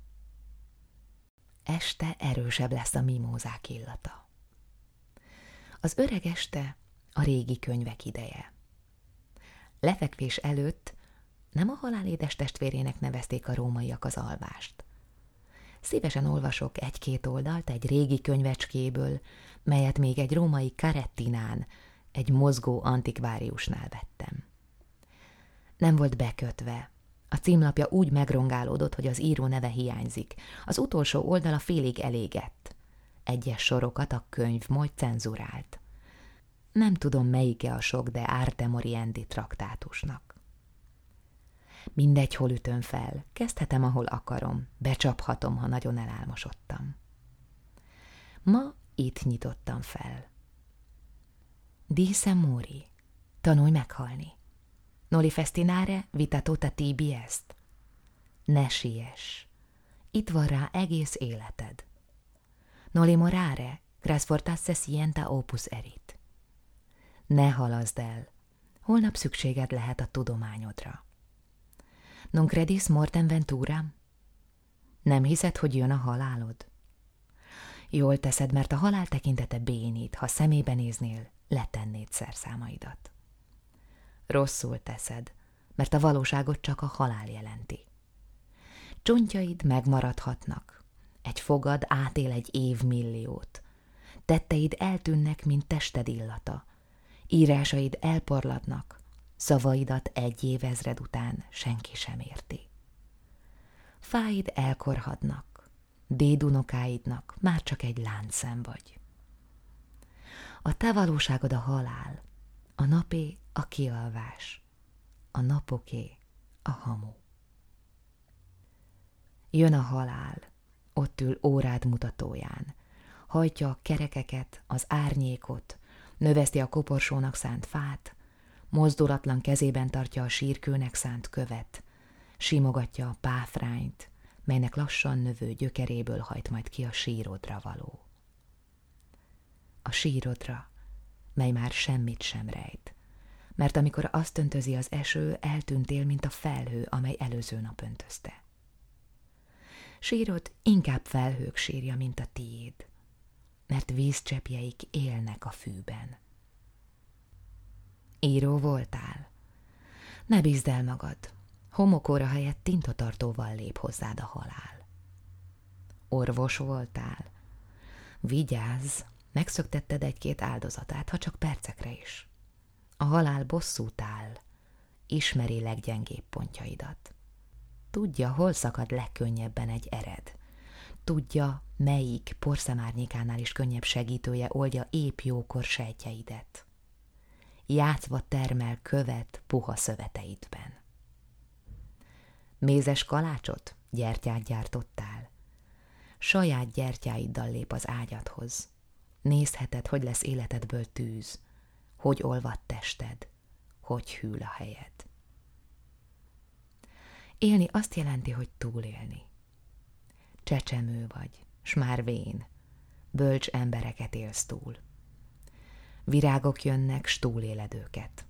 Este erősebb lesz a mimózák illata. Az öreg este a régi könyvek ideje. Lefekvés előtt nem a halál édes testvérének nevezték a rómaiak az alvást. Szívesen olvasok egy-két oldalt egy régi könyvecskéből, melyet még egy római karettinán, egy mozgó antikváriusnál vettem. Nem volt bekötve. A címlapja úgy megrongálódott, hogy az író neve hiányzik. Az utolsó oldala félig elégett. Egyes sorokat a könyv majd cenzurált. Nem tudom, melyike a sok, de Arte Moriendi traktátusnak. Mindegy, hol ütöm fel, kezdhetem, ahol akarom, becsaphatom, ha nagyon elálmosodtam. Ma itt nyitottam fel. Dice mori, tanulj meghalni. Noli festinare vita tota tibi est. Ne siess, itt van rá egész életed. Noli morare, gras fortasse scienta opus erit. Ne halaszd el, holnap szükséged lehet a tudományodra. Non credis mortem venturam? Nem hiszed, hogy jön a halálod? Jól teszed, mert a halál tekintete bénít, ha szemébe néznél, letennéd szerszámaidat. Rosszul teszed, mert a valóságot csak a halál jelenti. Csontjaid megmaradhatnak, egy fogad átél egy évmilliót, tetteid eltűnnek, mint tested illata, írásaid elporladnak, szavaidat 1 évezred után senki sem érti. Fáid elkorhadnak, dédunokáidnak már csak egy láncszem vagy. A te valóságod a halál, a napé a kialvás, a napoké a hamu. Jön a halál, ott ül órád mutatóján, hajtja a kerekeket, az árnyékot, növeszti a koporsónak szánt fát, mozdulatlan kezében tartja a sírkőnek szánt követ, simogatja a páfrányt, melynek lassan növő gyökeréből hajt majd ki a sírodra való. A sírodra, mely már semmit sem rejt, mert amikor azt öntözi az eső, eltűntél, mint a felhő, amely előző nap öntözte. Sírod inkább felhők sírja, mint a tiéd, mert vízcseppjeik élnek a fűben. Író voltál? Ne bízd el magad, homokóra helyett tintatartóval lép hozzád a halál. Orvos voltál? Vigyázz, megszöktetted 1-2 áldozatát, ha csak percekre is. A halál bosszút áll, ismeri leggyengébb pontjaidat. Tudja, hol szakad legkönnyebben egy ered. Tudja, melyik porszemárnyékánál is könnyebb segítője oldja épp jókor sejtjeidet. Játszva termel követ puha szöveteidben. Mézes kalácsot, gyertyát gyártottál. Saját gyertyáiddal lép az ágyadhoz. Nézheted, hogy lesz életedből tűz, hogy olvad tested, hogy hűl a helyed. Élni azt jelenti, hogy túlélni. Csecsemő vagy, s már vén, bölcs embereket élsz túl. Virágok jönnek, s túléled őket.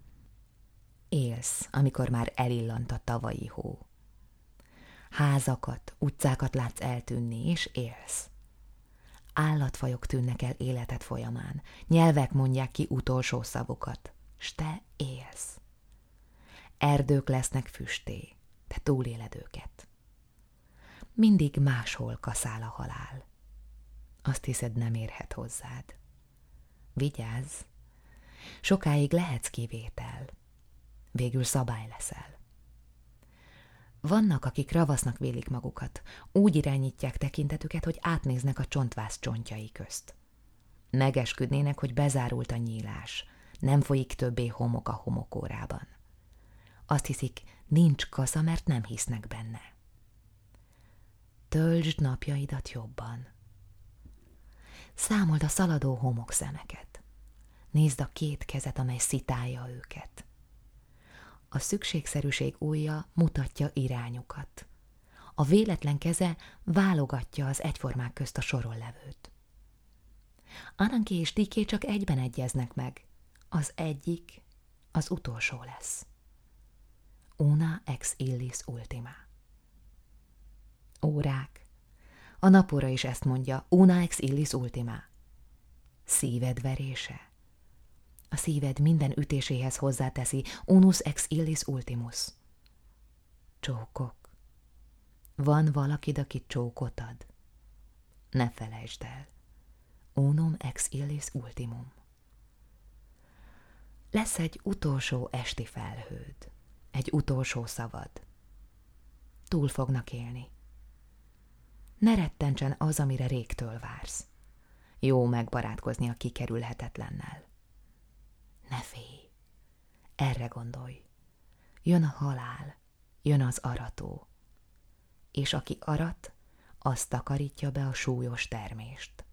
Élsz, amikor már elillant a tavalyi hó. Házakat, utcákat látsz eltűnni, és élsz. Állatfajok tűnnek el életed folyamán, nyelvek mondják ki utolsó szavukat, s te élsz. Erdők lesznek füsté, te túléled őket. Mindig máshol kaszál a halál. Azt hiszed, nem érhet hozzád. Vigyázz, sokáig lehetsz kivétel. Végül szabály leszel. Vannak, akik ravasznak vélik magukat, úgy irányítják tekintetüket, hogy átnéznek a csontváz csontjai közt. Megesküdnének, hogy bezárult a nyílás, nem folyik többé homok a homokórában. Azt hiszik, nincs kasza, mert nem hisznek benne. Töltsd napjaidat jobban. Számold a szaladó homokszemeket. Nézd a két kezet, amely szitálja őket. A szükségszerűség ujja mutatja irányukat. A véletlen keze válogatja az egyformák közt a soron levőt. Ananké és Diké csak egyben egyeznek meg. Az egyik az utolsó lesz. Una ex illis ultima. Órák. A napóra is ezt mondja, una ex illis ultima. Szíved verése. A szíved minden ütéséhez hozzáteszi unus ex illis ultimus. Csókok. Van valakid, akit csókot ad? Ne felejtsd el. Unum ex illis ultimum. Lesz egy utolsó esti felhőd, egy utolsó szavad. Túl fognak élni. Ne rettentsen az, amire régtől vársz. Jó megbarátkozni a kikerülhetetlennel. Ne félj, erre gondolj. Jön a halál, jön az arató. És aki arat, az takarítja be a súlyos termést.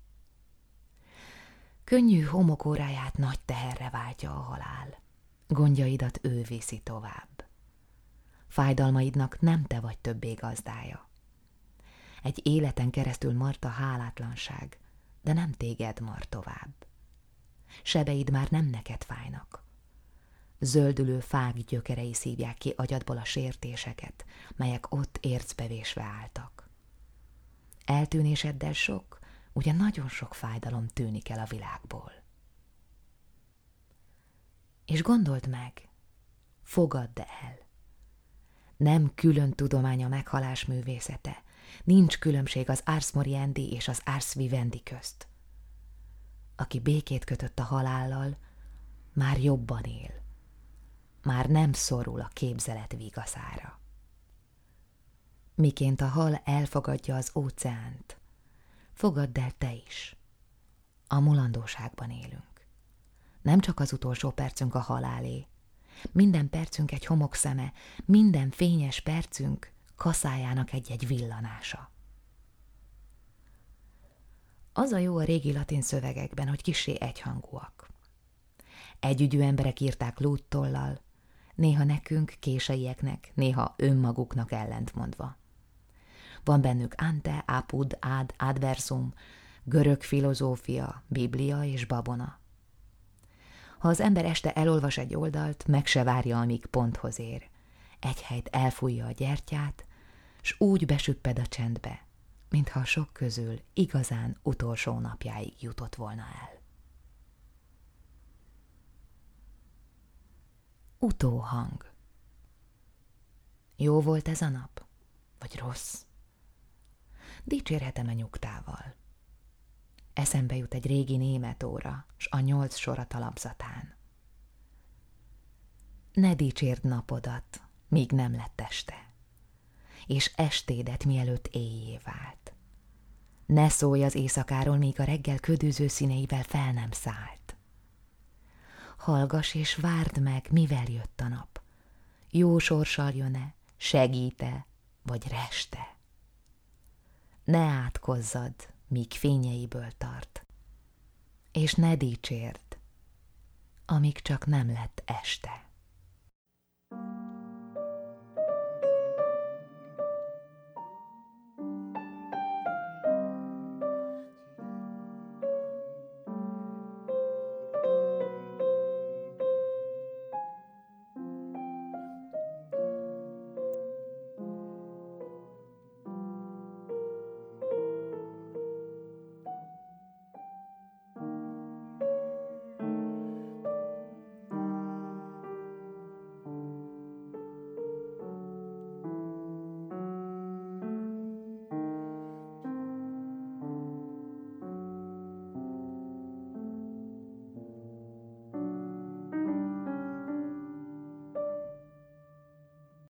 Könnyű homokóráját nagy teherre váltja a halál. Gondjaidat ő viszi tovább. Fájdalmaidnak nem te vagy többé gazdája. Egy életen keresztül mart a hálátlanság, de nem téged mar tovább. Sebeid már nem neked fájnak. Zöldülő fák gyökerei szívják ki agyadból a sértéseket, melyek ott ércbevésve álltak. Eltűnéseddel sok, ugye nagyon sok fájdalom tűnik el a világból. És gondold meg, fogadd el. Nem külön tudomány a meghalás művészete, nincs különbség az ars moriendi és az ars vivendi közt. Aki békét kötött a halállal, már jobban él. Már nem szorul a képzelet vigaszára. Miként a hal elfogadja az óceánt, fogadd el te is. A mulandóságban élünk. Nem csak az utolsó percünk a halálé. Minden percünk egy homokszeme, minden fényes percünk kaszájának egy-egy villanása. Az a jó a régi latin szövegekben, hogy kissé egyhangúak. Együgyű emberek írták lúdtollal, néha nekünk, késeieknek, néha önmaguknak ellentmondva. Van bennük ante, apud, ad, adversum, görög filozófia, biblia és babona. Ha az ember este elolvas egy oldalt, meg se várja, amíg ponthoz ér. Egy helyt elfújja a gyertyát, s úgy besüpped a csendbe, mintha a sok közül igazán utolsó napjáig jutott volna el. Utóhang. Jó volt ez a nap? Vagy rossz? Dicsérhetem a nyugtával. Eszembe jut egy régi német óra, s a 8 sor a talapzatán. Ne dicsérd napodat, míg nem lett este, és estédet, mielőtt éjjé vált. Ne szólj az éjszakáról, míg a reggel ködűző színeivel fel nem szállt. Hallgass és várd meg, mivel jött a nap. Jó sorssal jön-e, segít-e, vagy reste. Ne átkozzad, míg fényeiből tart, és ne dicsérd, amíg csak nem lett este.